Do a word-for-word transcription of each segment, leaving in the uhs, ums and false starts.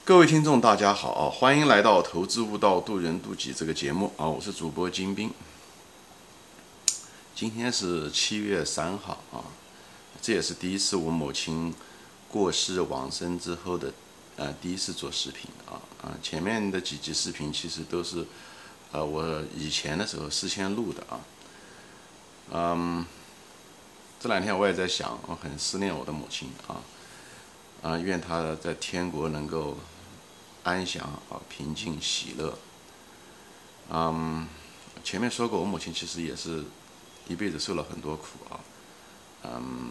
各位听众，大家好啊！欢迎来到《投资悟道，渡人渡己》这个节目啊！我是主播金兵。今天是七月三号啊，这也是第一次我母亲过世往生之后的呃第一次做视频啊啊！前面的几集视频其实都是呃我以前的时候事先录的啊。嗯，这两天我也在想，我很思念我的母亲啊啊！愿她在天国能够安详啊，平静喜乐。嗯，前面说过，我母亲其实也是一辈子受了很多苦啊。嗯，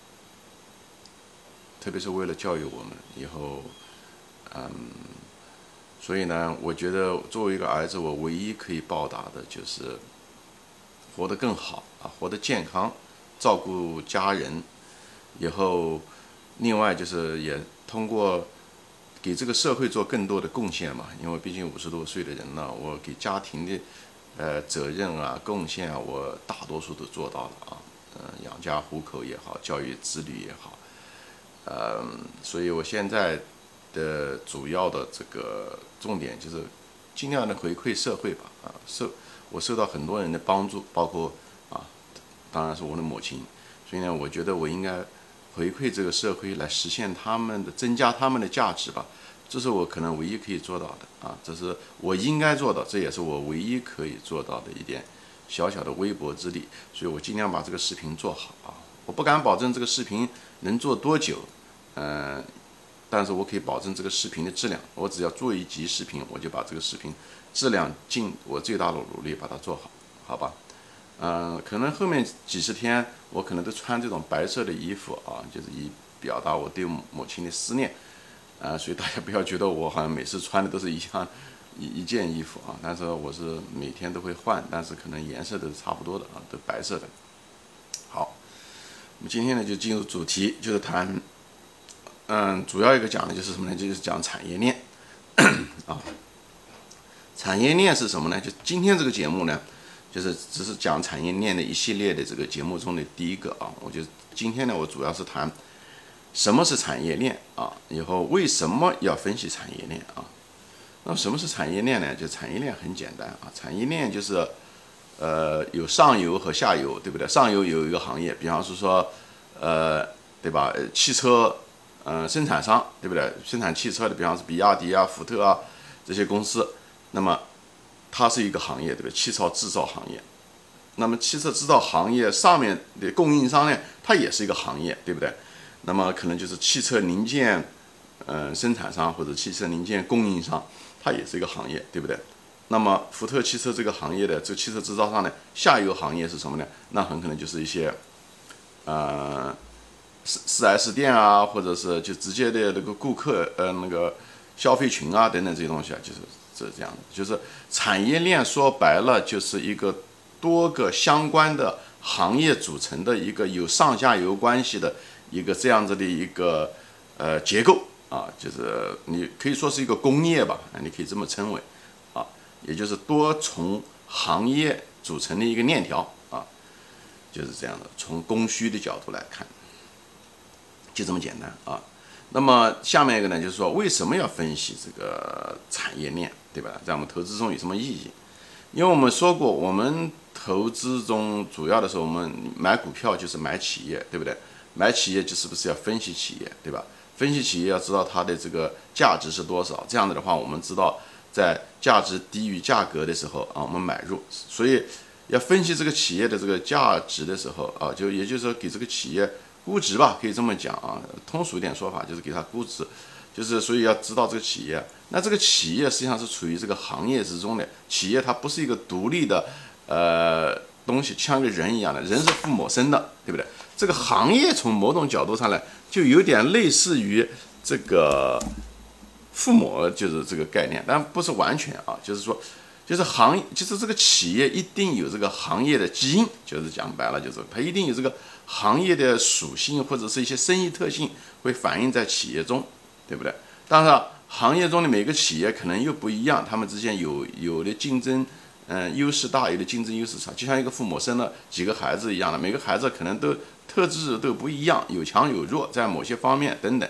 特别是为了教育我们以后，嗯，所以呢，我觉得作为一个儿子，我唯一可以报答的就是活得更好啊，活得健康，照顾家人，以后，另外就是也通过给这个社会做更多的贡献嘛，因为毕竟五十多岁的人了，我给家庭的呃责任啊、贡献啊，我大多数都做到了啊，呃，养家糊口也好，教育子女也好，呃，所以我现在的主要的这个重点就是尽量的回馈社会吧，啊，受我受到很多人的帮助，包括啊，当然是我的母亲，所以呢，我觉得我应该回馈这个社会，来实现他们的增加他们的价值吧，这是我可能唯一可以做到的啊，这是我应该做的，这也是我唯一可以做到的一点小小的微薄之力，所以我尽量把这个视频做好啊，我不敢保证这个视频能做多久，嗯、呃，但是我可以保证这个视频的质量，我只要做一集视频，我就把这个视频质量尽我最大的努力把它做好，好吧？嗯、呃，可能后面几十天我可能都穿这种白色的衣服啊，就是以表达我对母亲的思念，啊、呃，所以大家不要觉得我好像每次穿的都是一样一一件衣服啊，但是我是每天都会换，但是可能颜色都是差不多的啊，都白色的。好，我们今天呢就进入主题，就是谈，嗯，主要一个讲的就是什么呢？就是讲产业链啊，产业链是什么呢？就今天这个节目呢。就是只是讲产业链的一系列的这个节目中的第一个啊，我就今天呢，我主要是谈什么是产业链啊，以后为什么要分析产业链啊？那么什么是产业链呢？就产业链很简单啊，产业链就是呃有上游和下游，对不对？上游有一个行业，比方说呃对吧？汽车呃生产商，对不对？生产汽车的，比方说比亚迪啊、福特啊这些公司，那么它是一个行业，对不对？汽车制造行业，那么汽车制造行业上面的供应商呢，它也是一个行业，对不对？那么可能就是汽车零件，呃，生产商或者汽车零件供应商，它也是一个行业，对不对？那么福特汽车这个行业的这个汽车制造商呢，下游行业是什么呢？那很可能就是一些，呃，四四 S 店啊，或者是就直接的那个顾客，呃，那个消费群啊等等这些东西啊，就是。是这样的，就是产业链说白了就是一个多个相关的行业组成的一个有上下游关系的一个这样子的一个呃结构啊，就是你可以说是一个工业吧，你可以这么称为啊，也就是多重行业组成的一个链条啊，就是这样的。从供需的角度来看，就这么简单啊。那么下面一个呢，就是说为什么要分析这个产业链，对吧？在我们投资中有什么意义？因为我们说过，我们投资中主要的时候，我们买股票就是买企业，对不对？买企业就是不是要分析企业，对吧？分析企业要知道它的这个价值是多少，这样子的话，我们知道在价值低于价格的时候啊，我们买入。所以要分析这个企业的这个价值的时候啊，就也就是说给这个企业估值吧，可以这么讲啊，通俗一点说法就是给它估值，就是所以要知道这个企业，那这个企业实际上是处于这个行业之中的，企业它不是一个独立的呃东西，像一个人一样的，人是父母生的，对不对？这个行业从某种角度上来就有点类似于这个父母，就是这个概念，但不是完全啊，就是说。就是行，就是这个企业一定有这个行业的基因，就是讲白了，就是它一定有这个行业的属性或者是一些生意特性会反映在企业中，对不对？当然，行业中的每个企业可能又不一样，他们之间有有的竞争，嗯、呃，优势大，有的竞争优势少，就像一个父母生了几个孩子一样的，每个孩子可能都特质都不一样，有强有弱，在某些方面等等。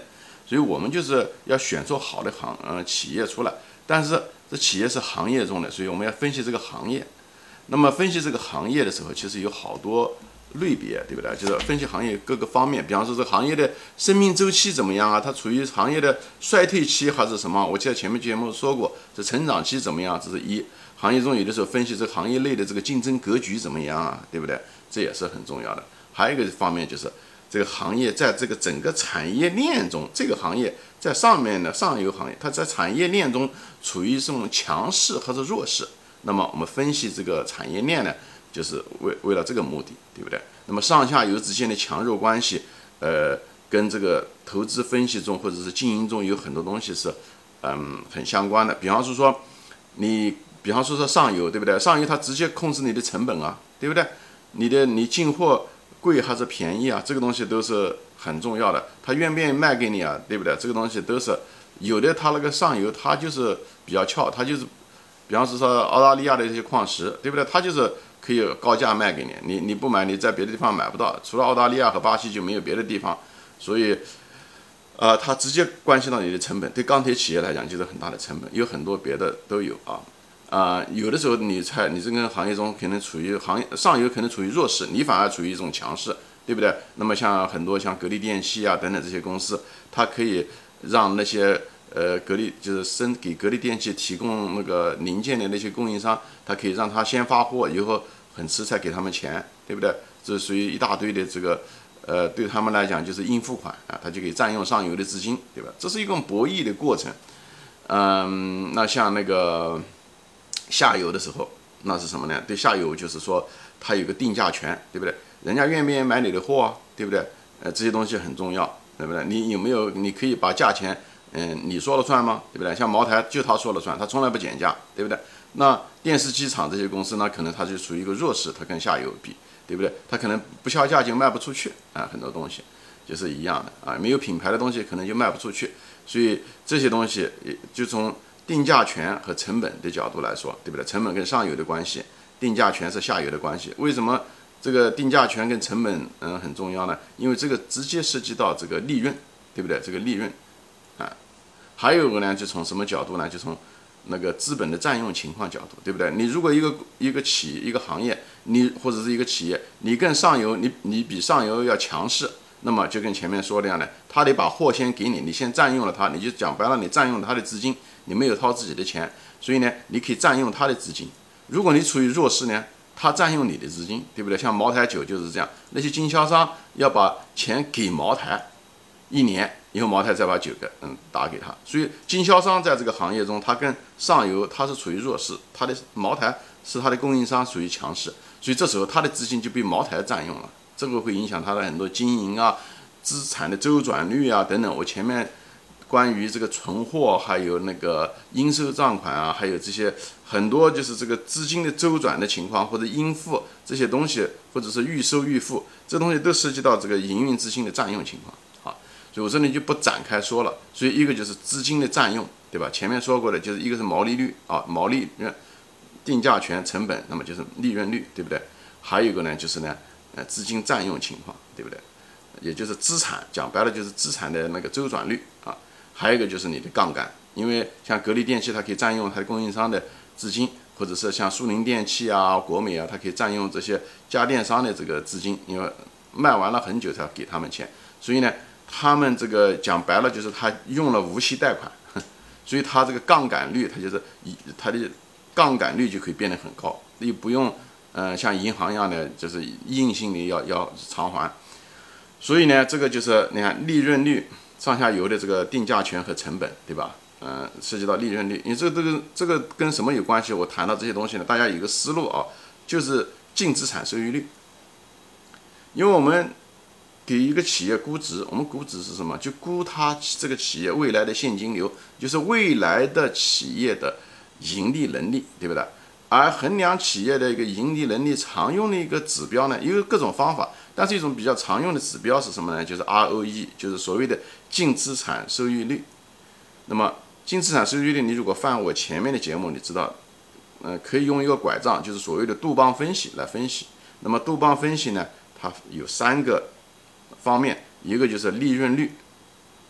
所以我们就是要选出好的行呃企业出来，但是这企业是行业中的，所以我们要分析这个行业。那么分析这个行业的时候，其实有好多类别，对不对？就是分析行业各个方面，比方说这个行业的生命周期怎么样啊？它处于行业的衰退期还是什么？我记得前面节目说过，这成长期怎么样？这是一。行业中有的时候分析这个行业内的这个竞争格局怎么样啊？对不对？这也是很重要的。还有一个方面就是这个行业在这个整个产业链中，这个行业在上面的上游行业，它在产业链中处于这种强势或者弱势。那么我们分析这个产业链呢，就是为为了这个目的，对不对？那么上下游之间的强弱关系，呃，跟这个投资分析中或者是经营中有很多东西是，嗯，很相关的。比方说，你，比方说说上游，对不对？上游它直接控制你的成本啊，对不对？你的你进货贵还是便宜啊？这个东西都是很重要的。他愿不愿意卖给你啊？对不对？这个东西都是有的。他那个上游，他就是比较俏，他就是。比方说澳大利亚的这些矿石，对不对？它就是可以高价卖给你，你你不买，你在别的地方买不到，除了澳大利亚和巴西就没有别的地方，所以，呃，它直接关系到你的成本。对钢铁企业来讲，就是很大的成本，有很多别的都有啊，啊、呃，有的时候你才你这个行业中可能处于行业上游可能处于弱势，你反而处于一种强势，对不对？那么像很多像格力电器啊等等这些公司，它可以让那些。呃，格力就是生给格力电器提供那个零件的那些供应商，他可以让他先发货，以后很迟才给他们钱，对不对？这属于一大堆的这个，呃，对他们来讲就是应付款啊，他就可以占用上游的资金，对吧？这是一种博弈的过程。嗯，那像那个下游的时候，那是什么呢？对下游就是说，他有个定价权，对不对？人家愿不愿意买你的货啊，对不对？呃，这些东西很重要，对不对？你有没有？你可以把价钱。嗯，你说了算吗？对不对？像茅台就他说了算，他从来不减价，对不对？那电视机厂这些公司呢，可能它就处于一个弱势，它跟下游比，对不对？它可能不销价就卖不出去啊，很多东西就是一样的啊，没有品牌的东西可能就卖不出去，所以这些东西就从定价权和成本的角度来说，对不对？成本跟上游的关系，定价权是下游的关系。为什么这个定价权跟成本嗯很重要呢？因为这个直接涉及到这个利润，对不对？这个利润。啊，还有一个呢，就从什么角度呢？就从那个资本的占用情况角度，对不对？你如果一个一个企一个行业，你或者是一个企业，你跟上游，你你比上游要强势，那么就跟前面说的样的，他得把货先给你，你先占用了它，你就讲白了，你占用了他的资金，你没有掏自己的钱，所以呢，你可以占用他的资金。如果你处于弱势呢，他占用你的资金，对不对？像茅台酒就是这样，那些经销商要把钱给茅台，一年。以后茅台再把酒给嗯打给他，所以经销商在这个行业中，他跟上游他是处于弱势，他的茅台是他的供应商属于强势，所以这时候他的资金就被茅台占用了，这个会影响他的很多经营啊、资产的周转率啊等等。我前面关于这个存货，还有那个应收账款啊，还有这些很多就是这个资金的周转的情况，或者应付这些东西，或者是预收预付，这东西都涉及到这个营运资金的占用情况。所以我这里就不展开说了。所以一个就是资金的占用，对吧？前面说过的，就是一个是毛利率啊，毛利润、定价权、成本，那么就是利润率，对不对？还有一个呢，就是呢，呃，资金占用情况，对不对？也就是资产，讲白了就是资产的那个周转率啊。还有一个就是你的杠杆，因为像格力电器，它可以占用它的供应商的资金，或者是像苏宁电器啊、国美啊，它可以占用这些家电商的这个资金，因为卖完了很久才给他们钱，所以呢。他们这个讲白了就是他用了无息贷款，所以他这个杠杆率，他就是他的杠杆率就可以变得很高，又不用呃像银行一样的就是硬性的要要偿还。所以呢，这个就是你看利润率、上下游的这个定价权和成本，对吧？嗯、呃，涉及到利润率，你这个这个这个跟什么有关系？我谈到这些东西呢，大家有个思路啊，就是净资产收益率，因为我们。给一个企业估值，我们估值是什么？就估它这个企业未来的现金流，就是未来的企业的盈利能力，对不对？而衡量企业的一个盈利能力常用的一个指标呢，有各种方法，但是一种比较常用的指标是什么呢？就是 R O E， 就是所谓的净资产收益率。那么净资产收益率，你如果翻我前面的节目，你知道，呃，可以用一个拐杖，就是所谓的杜邦分析来分析。那么杜邦分析呢，它有三个方面，一个就是利润率，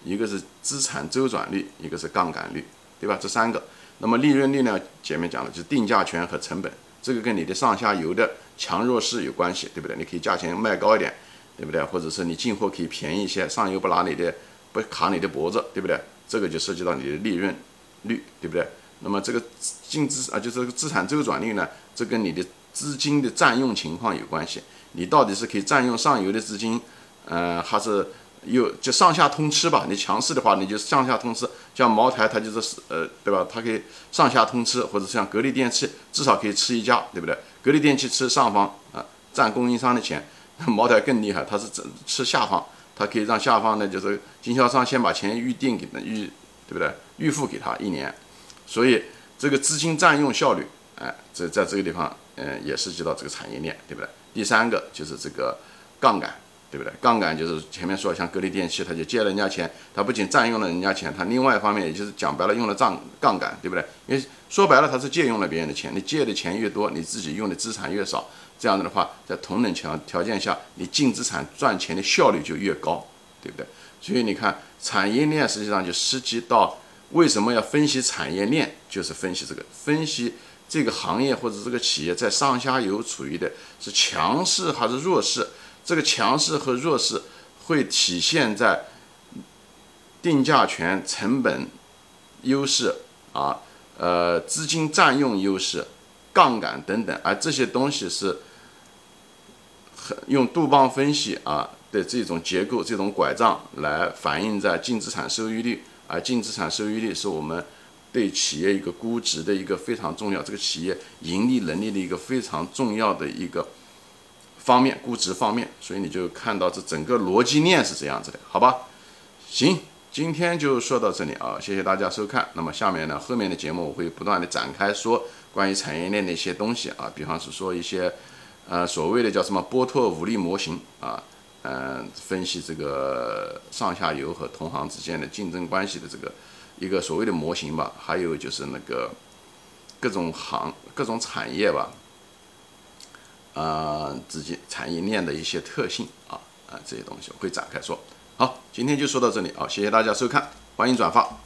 一个是资产周转率，一个是杠杆率，对吧？这三个。那么利润率呢，前面讲了就是定价权和成本，这个跟你的上下游的强弱势有关系，对不对？你可以价钱卖高一点，对不对？或者是你进货可以便宜一些，上游不拿你的，不卡你的脖子，对不对？这个就涉及到你的利润率，对不对？那么这个净资啊，就是这个资产周转率呢，这跟你的资金的占用情况有关系。你到底是可以占用上游的资金，呃，还是有就上下通吃吧？你强势的话，你就上下通吃。像茅台，它就是呃，对吧？它可以上下通吃，或者像格力电器，至少可以吃一家，对不对？格力电器吃上方啊、呃，占供应商的钱，茅台更厉害，它是吃下方，它可以让下方呢，就是经销商先把钱预定给预，对不对？预付给他一年。所以这个资金占用效率，哎，这在这个地方，嗯，也涉及到这个产业链，对不对？第三个就是这个杠杆，对不对？杠杆就是前面说，像格力电器，他就借了人家钱，他不仅占用了人家钱，他另外一方面也就是讲白了用了杠杠杆，对不对？因为说白了他是借用了别人的钱，你借的钱越多，你自己用的资产越少，这样子的话，在同等条条件下，你净资产赚钱的效率就越高，对不对？所以你看产业链实际上就涉及到。为什么要分析产业链？就是分析这个，分析这个行业或者这个企业在上下游处于的是强势还是弱势。这个强势和弱势会体现在定价权、成本优势啊，呃，资金占用优势、杠杆等等，而这些东西是用杜邦分析啊的这种结构、这种拐杖来反映在净资产收益率。而净资产收益率是我们对企业一个估值的一个非常重要，这个企业盈利能力的一个非常重要的一个方面，估值方面。所以你就看到这整个逻辑链是这样子的，好吧？行，今天就说到这里啊，谢谢大家收看。那么下面呢，后面的节目我会不断的展开说关于产业链的一些东西啊，比方是说一些呃所谓的叫什么波托五力模型啊。嗯，分析这个上下游和同行之间的竞争关系的这个一个所谓的模型吧，还有就是那个各种行、各种产业吧，呃，自己产业链的一些特性啊啊这些东西我会展开说。好，今天就说到这里啊，谢谢大家收看，欢迎转发。